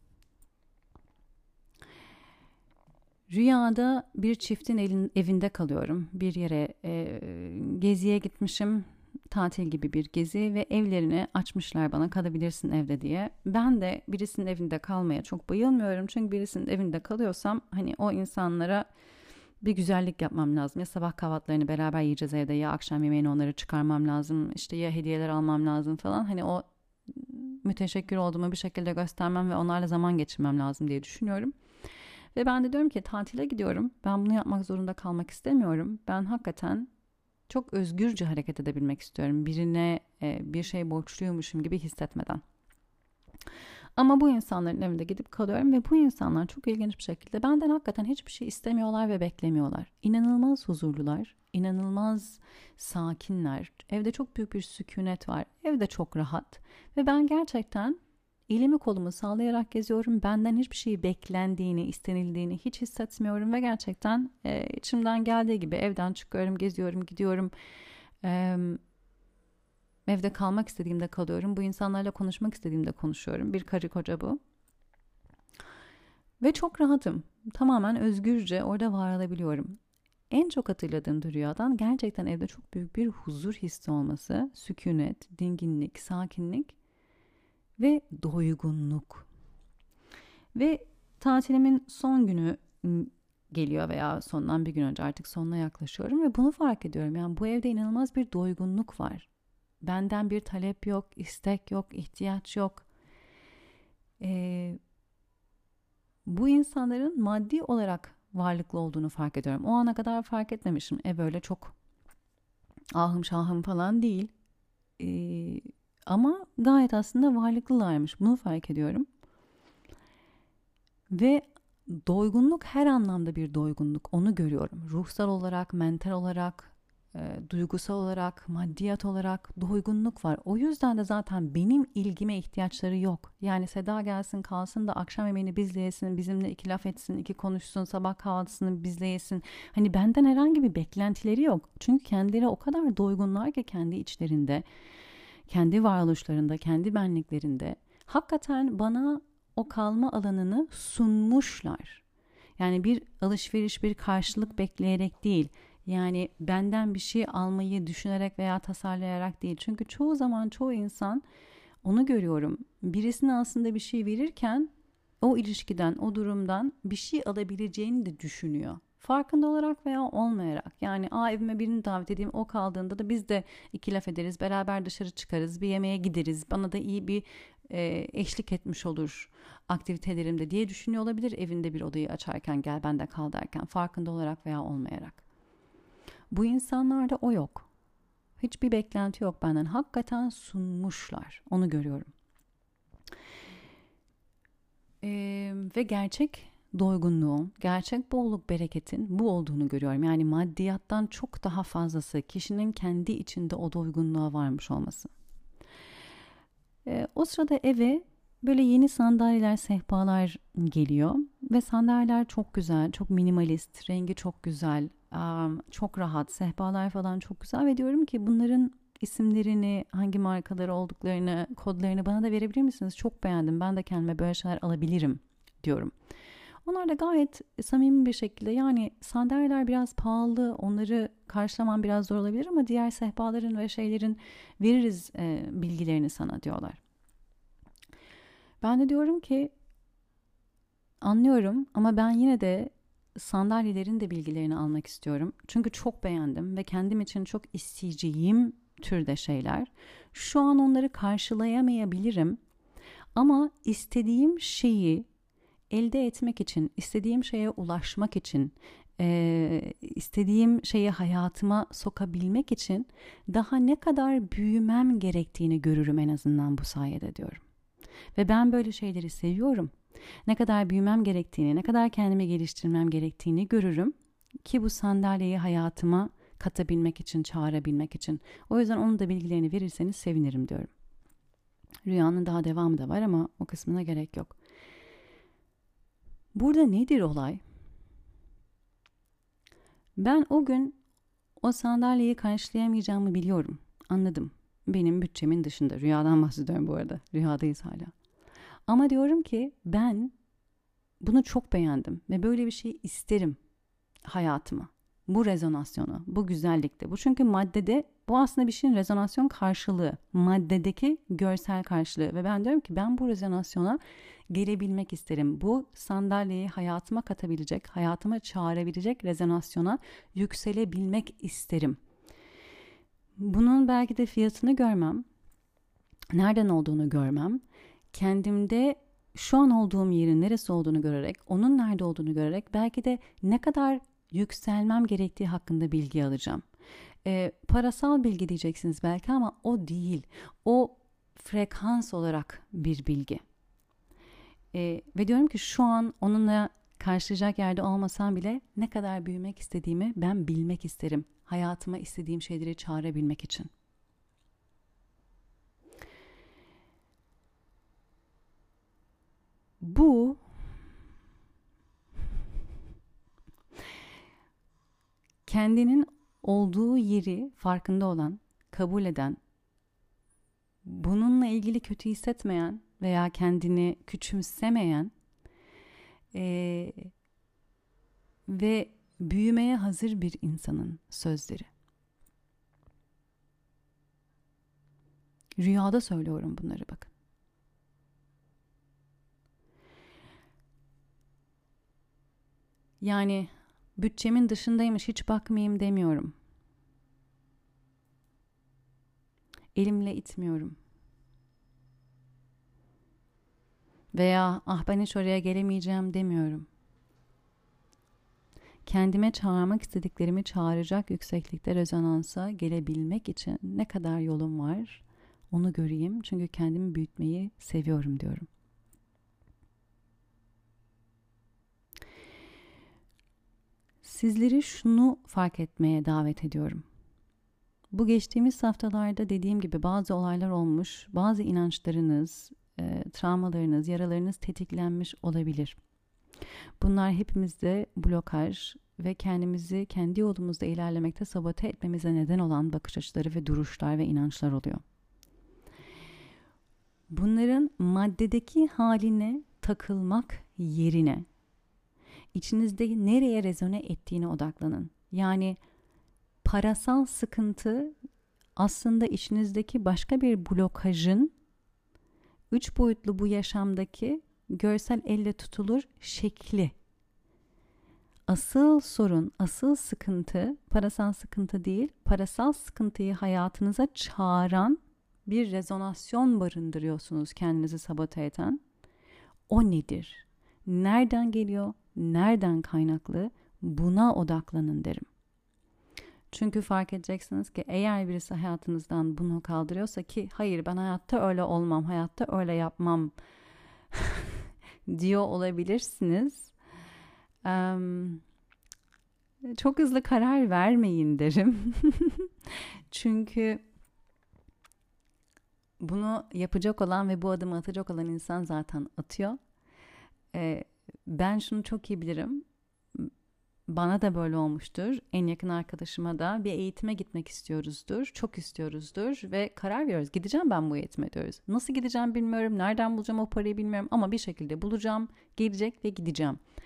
Rüyada bir çiftin elin, evinde kalıyorum. Bir yere e, geziye gitmişim. Tatil gibi bir gezi ve evlerini açmışlar bana, kalabilirsin evde diye. Ben de birisinin evinde kalmaya çok bayılmıyorum. Çünkü birisinin evinde kalıyorsam hani o insanlara bir güzellik yapmam lazım. Ya sabah kahvaltılarını beraber yiyeceğiz evde, ya akşam yemeğini onları çıkarmam lazım. İşte ya hediyeler almam lazım falan. Hani o müteşekkir olduğumu bir şekilde göstermem ve onlarla zaman geçirmem lazım diye düşünüyorum. Ve ben de diyorum ki tatile gidiyorum. Ben bunu yapmak zorunda kalmak istemiyorum. Ben hakikaten çok özgürce hareket edebilmek istiyorum. Birine e, bir şey borçluyormuşum gibi hissetmeden. Ama bu insanların evinde gidip kalıyorum ve bu insanlar çok ilginç bir şekilde benden hakikaten hiçbir şey istemiyorlar ve beklemiyorlar. İnanılmaz huzurlular, inanılmaz sakinler. Evde çok büyük bir sükunet var. Evde çok rahat ve ben gerçekten elimi kolumu sallayarak geziyorum. Benden hiçbir şey beklendiğini, istenildiğini hiç hissetmiyorum ve gerçekten e, içimden geldiği gibi evden çıkıyorum, geziyorum, gidiyorum. E, evde kalmak istediğimde kalıyorum. Bu insanlarla konuşmak istediğimde konuşuyorum. Bir karı koca bu. Ve çok rahatım. Tamamen özgürce orada var olabiliyorum. En çok hatırladığım rüyadan gerçekten evde çok büyük bir huzur hissi olması, sükunet, dinginlik, sakinlik ve doygunluk. Ve tatilimin son günü geliyor veya sondan bir gün önce, artık sonuna yaklaşıyorum ve bunu fark ediyorum. Yani bu evde inanılmaz bir doygunluk var. Benden bir talep yok, istek yok, ihtiyaç yok. Ee, bu insanların maddi olarak varlıklı olduğunu fark ediyorum. O ana kadar fark etmemişim. E böyle çok ahım şahım falan değil. Ee, ama gayet aslında varlıklılarmış. Bunu fark ediyorum. Ve doygunluk, her anlamda bir doygunluk. Onu görüyorum. Ruhsal olarak, mental olarak, e, duygusal olarak, maddiyat olarak doygunluk var. O yüzden de zaten benim ilgime ihtiyaçları yok. Yani Seda gelsin kalsın da akşam yemeğini bizle yesin, bizimle iki laf etsin, iki konuşsun, sabah kahvaltısını bizle yesin. Hani benden herhangi bir beklentileri yok. Çünkü kendileri o kadar doygunlar ki kendi içlerinde, kendi varoluşlarında, kendi benliklerinde. Hakikaten bana o kalma alanını sunmuşlar. Yani bir alışveriş, bir karşılık bekleyerek değil. Yani benden bir şey almayı düşünerek veya tasarlayarak değil. Çünkü çoğu zaman çoğu insan, onu görüyorum, birisine aslında bir şey verirken o ilişkiden, o durumdan bir şey alabileceğini de düşünüyor. Farkında olarak veya olmayarak. Yani aa evime birini davet edeyim, o kaldığında da biz de iki laf ederiz, beraber dışarı çıkarız, bir yemeğe gideriz, bana da iyi bir e, eşlik etmiş olur aktivitelerimde diye düşünüyor olabilir, evinde bir odayı açarken, gel bende kal derken, farkında olarak veya olmayarak. Bu insanlarda o yok. Hiçbir beklenti yok benden. Hakikaten sunmuşlar. Onu görüyorum. Ee, ve gerçek doygunluğun, gerçek bolluk, bereketin bu olduğunu görüyorum. Yani maddiyattan çok daha fazlası kişinin kendi içinde o doygunluğa varmış olması. Ee, o sırada eve böyle yeni sandalyeler, sehpalar geliyor ve sandalyeler çok güzel, çok minimalist, rengi çok güzel, çok rahat, sehpalar falan çok güzel ve diyorum ki bunların isimlerini, hangi markaları olduklarını, kodlarını bana da verebilir misiniz? Çok beğendim, ben de kendime böyle şeyler alabilirim diyorum. Onlar da gayet samimi bir şekilde, yani sandalyeler biraz pahalı, onları karşılamam biraz zor olabilir ama diğer sehpaların ve şeylerin veririz e, bilgilerini sana diyorlar. Ben de diyorum ki anlıyorum ama ben yine de sandalyelerin de bilgilerini almak istiyorum. Çünkü çok beğendim ve kendim için çok isteyeceğim türde şeyler. Şu an onları karşılayamayabilirim ama istediğim şeyi elde etmek için, istediğim şeye ulaşmak için, e, istediğim şeyi hayatıma sokabilmek için daha ne kadar büyümem gerektiğini görürüm en azından bu sayede diyorum. Ve ben böyle şeyleri seviyorum. Ne kadar büyümem gerektiğini, ne kadar kendimi geliştirmem gerektiğini görürüm ki bu sandalyeyi hayatıma katabilmek için, çağırabilmek için. O yüzden onun da bilgilerini verirseniz sevinirim diyorum. Rüyanın daha devamı da var ama o kısmına gerek yok. Burada nedir olay? Ben o gün o sandalyeyi karşılayamayacağımı biliyorum. Anladım. Benim bütçemin dışında. Rüyadan bahsediyorum bu arada. Rüyadayız hala. Ama diyorum ki ben bunu çok beğendim ve böyle bir şey isterim hayatıma. Bu rezonasyonu, bu güzellikte. Bu çünkü maddede, bu aslında bir şeyin rezonasyon karşılığı. Maddedeki görsel karşılığı. Ve ben diyorum ki ben bu rezonasyona gelebilmek isterim. Bu sandalyeyi hayatıma katabilecek, hayatıma çağırabilecek rezonasyona yükselebilmek isterim. Bunun belki de fiyatını görmem, nereden olduğunu görmem, kendimde şu an olduğum yerin neresi olduğunu görerek, onun nerede olduğunu görerek belki de ne kadar yükselmem gerektiği hakkında bilgi alacağım. E, parasal bilgi diyeceksiniz belki ama o değil. O frekans olarak bir bilgi. E, ve diyorum ki şu an onunla karşılayacak yerde olmasam bile ne kadar büyümek istediğimi ben bilmek isterim. Hayatıma istediğim şeyleri çağırabilmek için. Bu kendinin olduğu yeri farkında olan, kabul eden, bununla ilgili kötü hissetmeyen veya kendini küçümsemeyen ee, ve büyümeye hazır bir insanın sözleri. Rüyada söylüyorum bunları, bakın. Yani bütçemin dışındaymış, hiç bakmayayım demiyorum. Elimle itmiyorum. Veya ah ben hiç oraya gelemeyeceğim demiyorum. Kendime çağırmak istediklerimi çağıracak yükseklikte rezonansa gelebilmek için ne kadar yolum var onu göreyim. Çünkü kendimi büyütmeyi seviyorum diyorum. Sizleri şunu fark etmeye davet ediyorum. Bu geçtiğimiz haftalarda dediğim gibi bazı olaylar olmuş, bazı inançlarınız, e, travmalarınız, yaralarınız tetiklenmiş olabilir. Bunlar hepimizde blokaj ve kendimizi kendi yolumuzda ilerlemekte sabote etmemize neden olan bakış açıları ve duruşlar ve inançlar oluyor. Bunların maddedeki haline takılmak yerine içinizde nereye rezone ettiğine odaklanın. Yani parasal sıkıntı aslında içinizdeki başka bir blokajın üç boyutlu bu yaşamdaki görsel elle tutulur şekli. Asıl sorun, asıl sıkıntı parasal sıkıntı değil, parasal sıkıntıyı hayatınıza çağıran bir rezonasyon barındırıyorsunuz kendinizi sabote eden. O nedir? Nereden geliyor? Nereden kaynaklı? Buna odaklanın derim. Çünkü fark edeceksiniz ki eğer birisi hayatınızdan bunu kaldırıyorsa, ki hayır ben hayatta öyle olmam, hayatta öyle yapmam diyor olabilirsiniz. Um, çok hızlı karar vermeyin derim. Çünkü bunu yapacak olan ve bu adımı atacak olan insan zaten atıyor. Ee, ben şunu çok iyi bilirim. Bana da böyle olmuştur. En yakın arkadaşıma da bir eğitime gitmek istiyoruzdur. Çok istiyoruzdur ve karar veriyoruz. Gideceğim ben bu eğitime diyoruz. Nasıl gideceğim bilmiyorum. Nereden bulacağım o parayı bilmiyorum. Ama bir şekilde bulacağım. Gelecek ve gideceğim.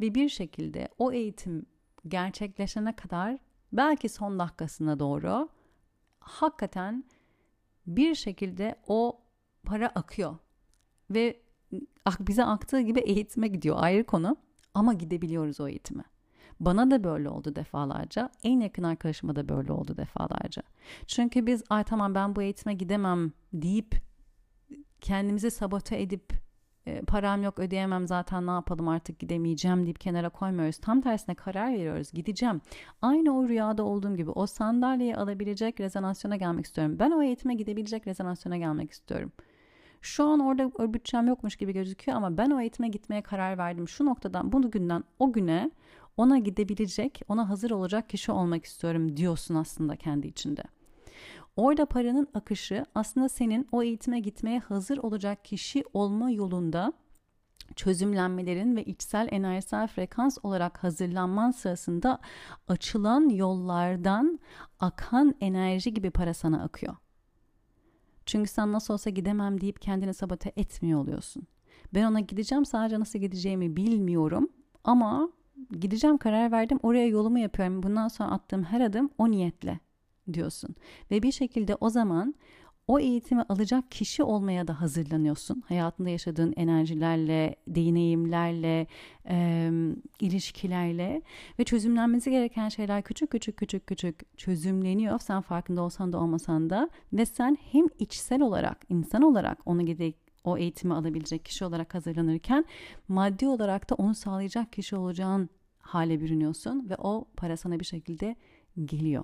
Ve bir şekilde o eğitim gerçekleşene kadar belki son dakikasına doğru hakikaten bir şekilde o para akıyor. Ve bize aktığı gibi eğitime gidiyor, ayrı konu, ama gidebiliyoruz o eğitime. Bana da böyle oldu defalarca. En yakın arkadaşıma da böyle oldu defalarca. Çünkü biz ay tamam ben bu eğitime gidemem deyip kendimizi sabote edip e, param yok ödeyemem zaten ne yapalım artık gidemeyeceğim deyip kenara koymuyoruz. Tam tersine karar veriyoruz, gideceğim. Aynı o rüyada olduğum gibi o sandalyeyi alabilecek rezanasyona gelmek istiyorum. Ben o eğitime gidebilecek rezanasyona gelmek istiyorum. Şu an orada o bütçem yokmuş gibi gözüküyor ama ben o eğitime gitmeye karar verdim. Şu noktadan bu günden o güne ona gidebilecek, ona hazır olacak kişi olmak istiyorum diyorsun aslında kendi içinde. Orada paranın akışı aslında senin o eğitime gitmeye hazır olacak kişi olma yolunda çözümlenmelerin ve içsel enerjisel frekans olarak hazırlanman sırasında açılan yollardan akan enerji gibi para sana akıyor. Çünkü sen nasıl olsa gidemem deyip kendini sabote etmiyor oluyorsun. Ben ona gideceğim, sadece nasıl gideceğimi bilmiyorum ama gideceğim, karar verdim, oraya yolumu yapıyorum. Bundan sonra attığım her adım o niyetle diyorsun. Ve bir şekilde o zaman o eğitimi alacak kişi olmaya da hazırlanıyorsun. Hayatında yaşadığın enerjilerle, deneyimlerle, e, ilişkilerle ve çözümlenmesi gereken şeyler küçük küçük küçük küçük çözümleniyor. Sen farkında olsan da olmasan da ve sen hem içsel olarak, insan olarak onu gidip o eğitimi alabilecek kişi olarak hazırlanırken maddi olarak da onu sağlayacak kişi olacağın hale bürünüyorsun ve o para sana bir şekilde geliyor.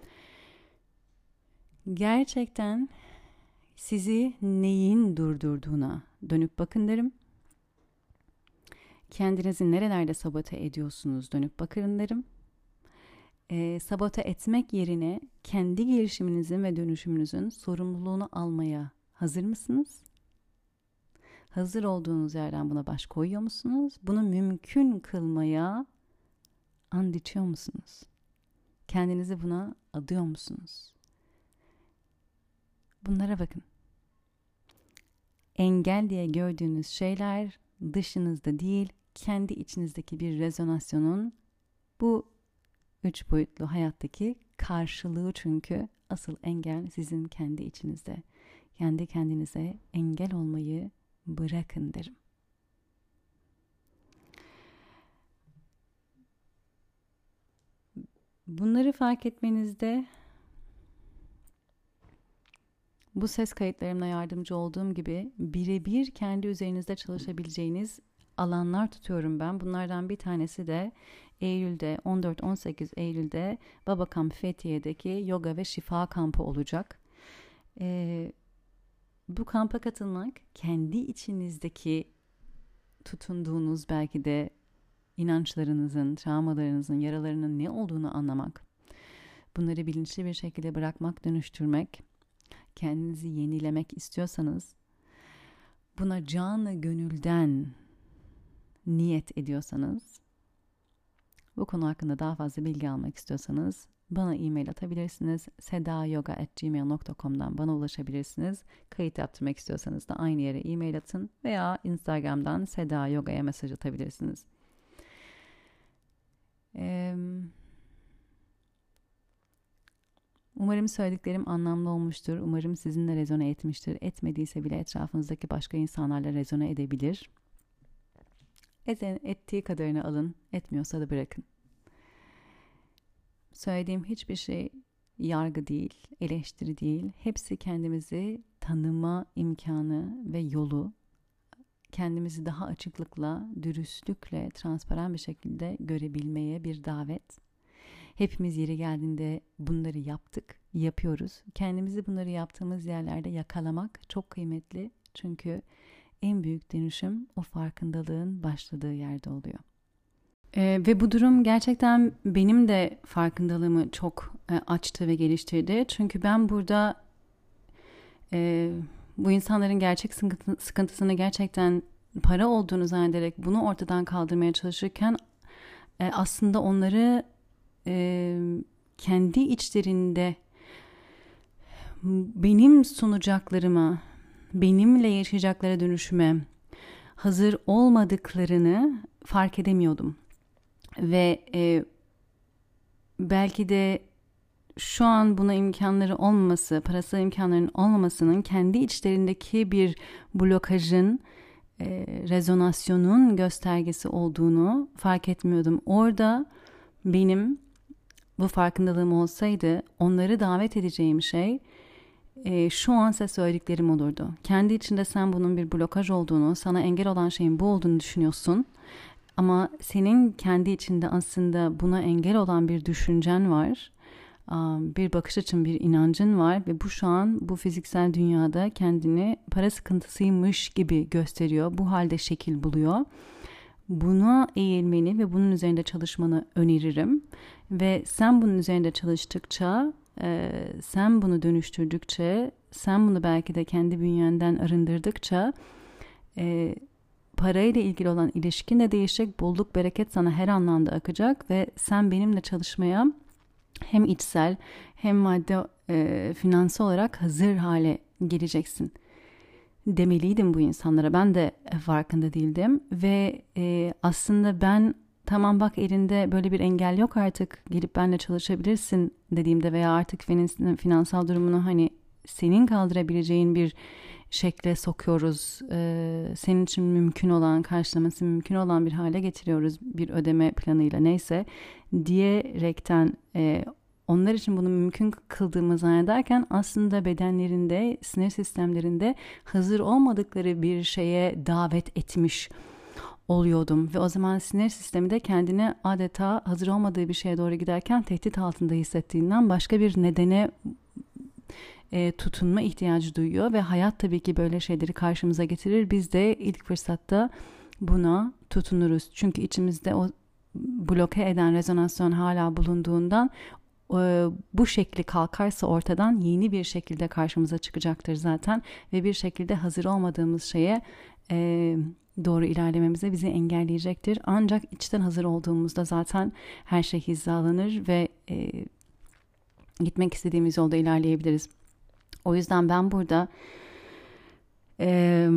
Gerçekten sizi neyin durdurduğuna dönüp bakın derim. Kendinizi nerelerde sabote ediyorsunuz dönüp bakın derim. E, sabote etmek yerine kendi gelişiminizin ve dönüşümünüzün sorumluluğunu almaya hazır mısınız? Hazır olduğunuz yerden buna baş koyuyor musunuz? Bunu mümkün kılmaya and içiyor musunuz? Kendinizi buna adıyor musunuz? Bunlara bakın. Engel diye gördüğünüz şeyler dışınızda değil, kendi içinizdeki bir rezonasyonun bu üç boyutlu hayattaki karşılığı, çünkü asıl engel sizin kendi içinizde. Kendi kendinize engel olmayı bırakın derim. Bunları fark etmenizde bu ses kayıtlarımla yardımcı olduğum gibi birebir kendi üzerinizde çalışabileceğiniz alanlar tutuyorum ben. Bunlardan bir tanesi de Eylül'de, on dört on sekiz Eylül'de Babakamp Fethiye'deki yoga ve şifa kampı olacak. Ee, bu kampa katılmak, kendi içinizdeki tutunduğunuz belki de inançlarınızın, travmalarınızın, yaralarının ne olduğunu anlamak, bunları bilinçli bir şekilde bırakmak, dönüştürmek, kendinizi yenilemek istiyorsanız, buna canı gönülden niyet ediyorsanız, bu konu hakkında daha fazla bilgi almak istiyorsanız bana e-mail atabilirsiniz. seda yoga at gmail nokta com'dan bana ulaşabilirsiniz. Kayıt yaptırmak istiyorsanız da aynı yere e-mail atın veya Instagram'dan Seda Yoga'ya mesaj atabilirsiniz. Ee, umarım söylediklerim anlamlı olmuştur. Umarım sizinle rezone etmiştir. Etmediyse bile etrafınızdaki başka insanlarla rezone edebilir. Ettiği kadarını alın, etmiyorsa da bırakın. Söylediğim hiçbir şey yargı değil, eleştiri değil. Hepsi kendimizi tanıma imkanı ve yolu, kendimizi daha açıklıkla, dürüstlükle, transparan bir şekilde görebilmeye bir davet. Hepimiz yeri geldiğinde bunları yaptık, yapıyoruz. Kendimizi bunları yaptığımız yerlerde yakalamak çok kıymetli. Çünkü en büyük dönüşüm o farkındalığın başladığı yerde oluyor. Ee, ve bu durum gerçekten benim de farkındalığımı çok e, açtı ve geliştirdi. Çünkü ben burada e, bu insanların gerçek sıkıntı, sıkıntısını gerçekten para olduğunu zannederek bunu ortadan kaldırmaya çalışırken e, aslında onları e, kendi içlerinde benim sunacaklarıma, benimle yaşayacakları dönüşüme hazır olmadıklarını fark edemiyordum. Ve e, belki de şu an buna imkanları olmaması, parasal imkanların olmamasının kendi içlerindeki bir blokajın, e, rezonasyonun göstergesi olduğunu fark etmiyordum. Orada benim bu farkındalığım olsaydı onları davet edeceğim şey e, şu an size söylediklerim olurdu. Kendi içinde sen bunun bir blokaj olduğunu, sana engel olan şeyin bu olduğunu düşünüyorsun. Ama senin kendi içinde aslında buna engel olan bir düşüncen var. Bir bakış açın, bir inancın var ve bu şu an bu fiziksel dünyada kendini para sıkıntısıymış gibi gösteriyor. Bu halde şekil buluyor. Buna eğilmeni ve bunun üzerinde çalışmanı öneririm. Ve sen bunun üzerinde çalıştıkça, sen bunu dönüştürdükçe, sen bunu belki de kendi bünyenden arındırdıkça parayla ilgili olan ilişkin de değişecek. Bolluk, bereket sana her anlamda akacak ve sen benimle çalışmaya hem içsel hem madde e, finansal olarak hazır hale geleceksin demeliydim bu insanlara. Ben de farkında değildim ve e, aslında ben tamam bak elinde böyle bir engel yok artık gelip benimle çalışabilirsin dediğimde veya artık finansal durumunu hani senin kaldırabileceğin bir şekle sokuyoruz. Ee, senin için mümkün olan, karşılaması mümkün olan bir hale getiriyoruz bir ödeme planıyla neyse diyerekten e, onlar için bunu mümkün kıldığımı zannederken aslında bedenlerinde, sinir sistemlerinde hazır olmadıkları bir şeye davet etmiş oluyordum. Ve o zaman sinir sistemi de kendini adeta hazır olmadığı bir şeye doğru giderken tehdit altında hissettiğinden başka bir nedene E, tutunma ihtiyacı duyuyor ve hayat tabii ki böyle şeyleri karşımıza getirir. Biz de ilk fırsatta buna tutunuruz. Çünkü içimizde o bloke eden rezonasyon hala bulunduğundan e, bu şekli kalkarsa ortadan yeni bir şekilde karşımıza çıkacaktır zaten ve bir şekilde hazır olmadığımız şeye e, doğru ilerlememize bizi engelleyecektir. Ancak içten hazır olduğumuzda zaten her şey hizalanır ve e, gitmek istediğimiz yolda ilerleyebiliriz. O yüzden ben burada e,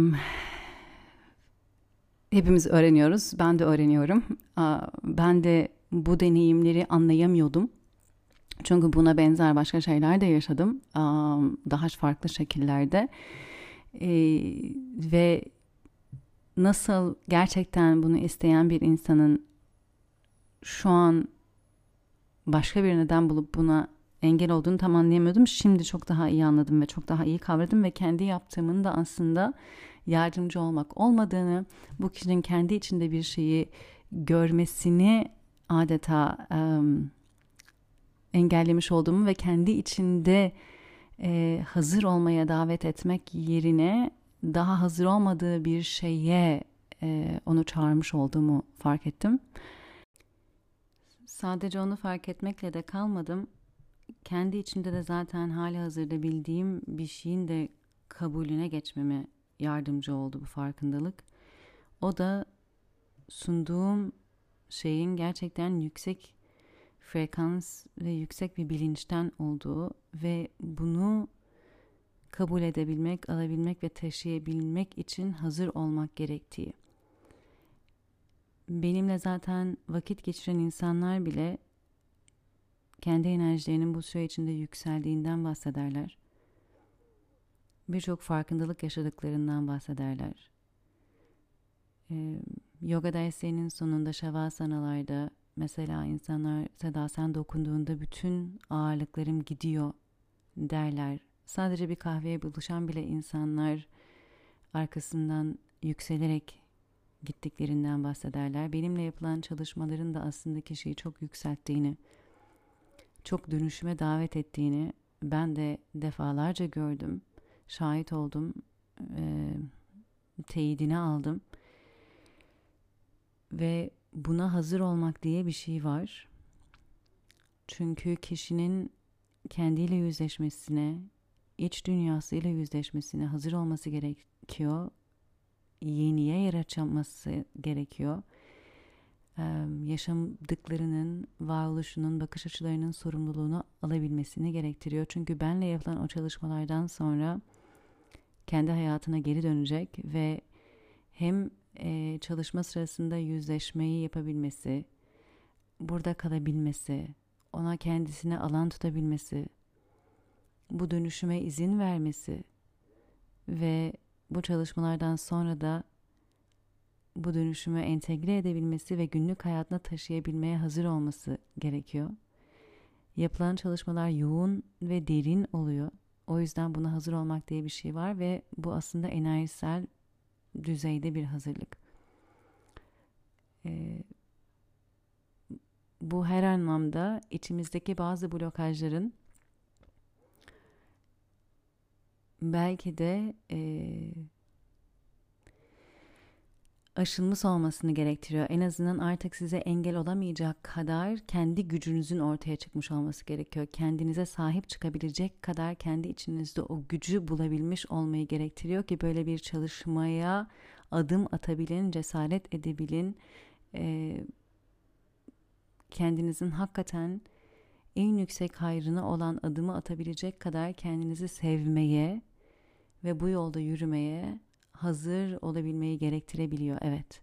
hepimiz öğreniyoruz. Ben de öğreniyorum. Ben de bu deneyimleri anlayamıyordum. Çünkü buna benzer başka şeyler de yaşadım. Daha farklı şekillerde. E, ve nasıl gerçekten bunu isteyen bir insanın şu an başka bir neden bulup buna engel olduğunu tam anlayamıyordum. Şimdi çok daha iyi anladım ve çok daha iyi kavradım ve kendi yaptığımın da aslında yardımcı olmak olmadığını, bu kişinin kendi içinde bir şeyi görmesini adeta um, engellemiş olduğumu ve kendi içinde e, hazır olmaya davet etmek yerine daha hazır olmadığı bir şeye e, onu çağırmış olduğumu fark ettim. Sadece onu fark etmekle de kalmadım. Kendi içimde de zaten hali hazırda bildiğim bir şeyin de kabulüne geçmeme yardımcı oldu bu farkındalık. O da sunduğum şeyin gerçekten yüksek frekans ve yüksek bir bilinçten olduğu ve bunu kabul edebilmek, alabilmek ve taşıyabilmek için hazır olmak gerektiği. Benimle zaten vakit geçiren insanlar bile kendi enerjilerinin bu süre içinde yükseldiğinden bahsederler. Birçok farkındalık yaşadıklarından bahsederler. Ee, yoga derslerinin sonunda şavasanalarda mesela insanlar Seda sen dokunduğunda bütün ağırlıklarım gidiyor derler. Sadece bir kahveye buluşan bile insanlar arkasından yükselerek gittiklerinden bahsederler. Benimle yapılan çalışmaların da aslında kişiyi çok yükselttiğini, çok dönüşüme davet ettiğini ben de defalarca gördüm, şahit oldum, e, teyidini aldım. Ve buna hazır olmak diye bir şey var. Çünkü kişinin kendiyle yüzleşmesine, iç dünyasıyla yüzleşmesine hazır olması gerekiyor. Yeniye yer açılması gerekiyor. Ee, yaşadıklarının, varoluşunun, bakış açılarının sorumluluğunu alabilmesini gerektiriyor. Çünkü benle yapılan o çalışmalardan sonra kendi hayatına geri dönecek ve hem e, çalışma sırasında yüzleşmeyi yapabilmesi, burada kalabilmesi, ona kendisine alan tutabilmesi, bu dönüşüme izin vermesi ve bu çalışmalardan sonra da bu dönüşümü entegre edebilmesi ve günlük hayatına taşıyabilmeye hazır olması gerekiyor. Yapılan çalışmalar yoğun ve derin oluyor. O yüzden buna hazır olmak diye bir şey var ve bu aslında enerjisel düzeyde bir hazırlık. Ee, bu her anlamda içimizdeki bazı blokajların belki de e, aşılmış olmasını gerektiriyor. En azından artık size engel olamayacak kadar kendi gücünüzün ortaya çıkmış olması gerekiyor. Kendinize sahip çıkabilecek kadar kendi içinizde o gücü bulabilmiş olmayı gerektiriyor ki böyle bir çalışmaya adım atabilin, cesaret edebilin. Ee, kendinizin hakikaten en yüksek hayrına olan adımı atabilecek kadar kendinizi sevmeye ve bu yolda yürümeye hazır olabilmeyi gerektirebiliyor. Evet.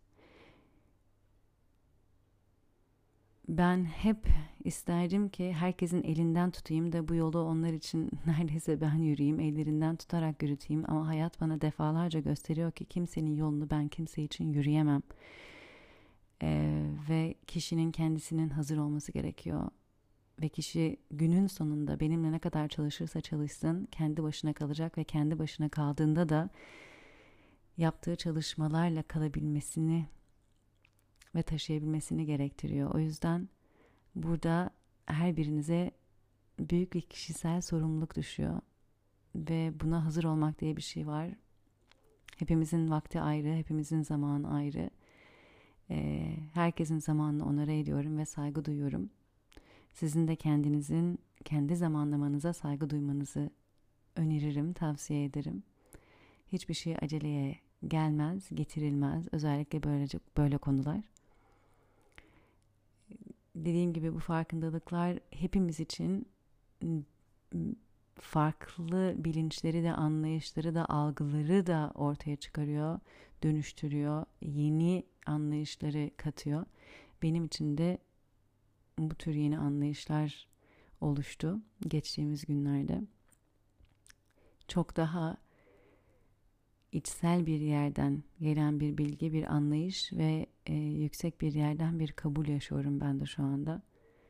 Ben hep isterdim ki herkesin elinden tutayım da bu yolu onlar için neredeyse ben yürüyeyim, ellerinden tutarak yürüteyim. Ama hayat bana defalarca gösteriyor ki kimsenin yolunu ben kimse için yürüyemem. Ee, ve kişinin kendisinin hazır olması gerekiyor. Ve kişi günün sonunda benimle ne kadar çalışırsa çalışsın kendi başına kalacak ve kendi başına kaldığında da yaptığı çalışmalarla kalabilmesini ve taşıyabilmesini gerektiriyor. O yüzden burada her birinize büyük bir kişisel sorumluluk düşüyor ve buna hazır olmak diye bir şey var. Hepimizin vakti ayrı, hepimizin zamanı ayrı. Ee, herkesin zamanını onore ediyorum ve saygı duyuyorum. Sizin de kendinizin kendi zamanlamanıza saygı duymanızı öneririm, tavsiye ederim. Hiçbir şey aceleye gelmez, getirilmez. Özellikle böylece böyle konular. Dediğim gibi bu farkındalıklar hepimiz için farklı bilinçleri de, anlayışları da, algıları da ortaya çıkarıyor, dönüştürüyor, yeni anlayışları katıyor. Benim için de bu tür yeni anlayışlar oluştu geçtiğimiz günlerde. Çok daha içsel bir yerden gelen bir bilgi, bir anlayış ve e, yüksek bir yerden bir kabul yaşıyorum ben de şu anda.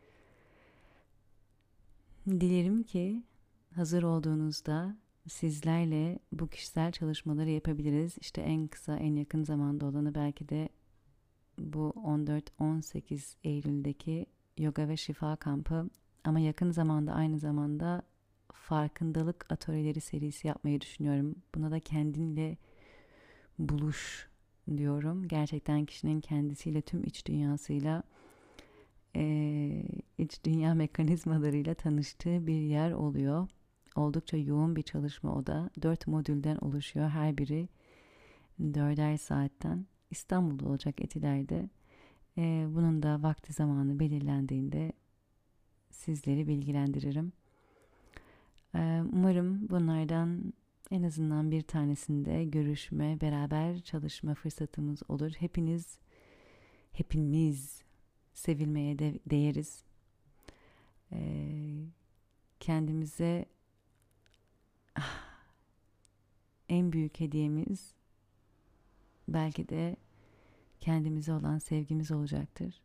Dilerim ki hazır olduğunuzda sizlerle bu kişisel çalışmaları yapabiliriz. İşte en kısa, en yakın zamanda olanı belki de bu on dört on sekiz Eylül'deki yoga ve şifa kampı. Ama yakın zamanda aynı zamanda farkındalık atölyeleri serisi yapmayı düşünüyorum. Buna da kendinle buluş diyorum. Gerçekten kişinin kendisiyle, tüm iç dünyasıyla, e, iç dünya mekanizmalarıyla tanıştığı bir yer oluyor. Oldukça yoğun bir çalışma o da. Dört modülden oluşuyor. Her biri dörder saatten. İstanbul'da olacak, Etiler'de. E, bunun da vakti zamanı belirlendiğinde sizleri bilgilendiririm. E, umarım bunlardan en azından bir tanesinde görüşme, beraber çalışma fırsatımız olur. Hepiniz, hepimiz sevilmeye de değeriz. Ee, kendimize ah, en büyük hediyemiz belki de kendimize olan sevgimiz olacaktır.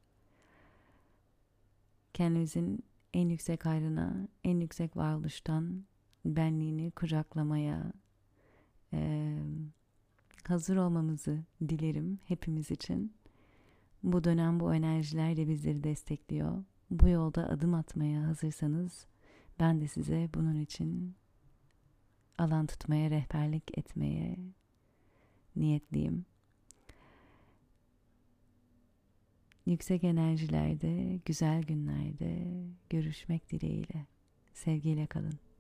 Kendimizin en yüksek hayrına, en yüksek varoluştan benliğini kucaklamaya e, hazır olmamızı dilerim hepimiz için. Bu dönem bu enerjiler de bizleri destekliyor. Bu yolda adım atmaya hazırsanız ben de size bunun için alan tutmaya, rehberlik etmeye niyetliyim. Yüksek enerjilerde, güzel günlerde görüşmek dileğiyle. Sevgiyle kalın.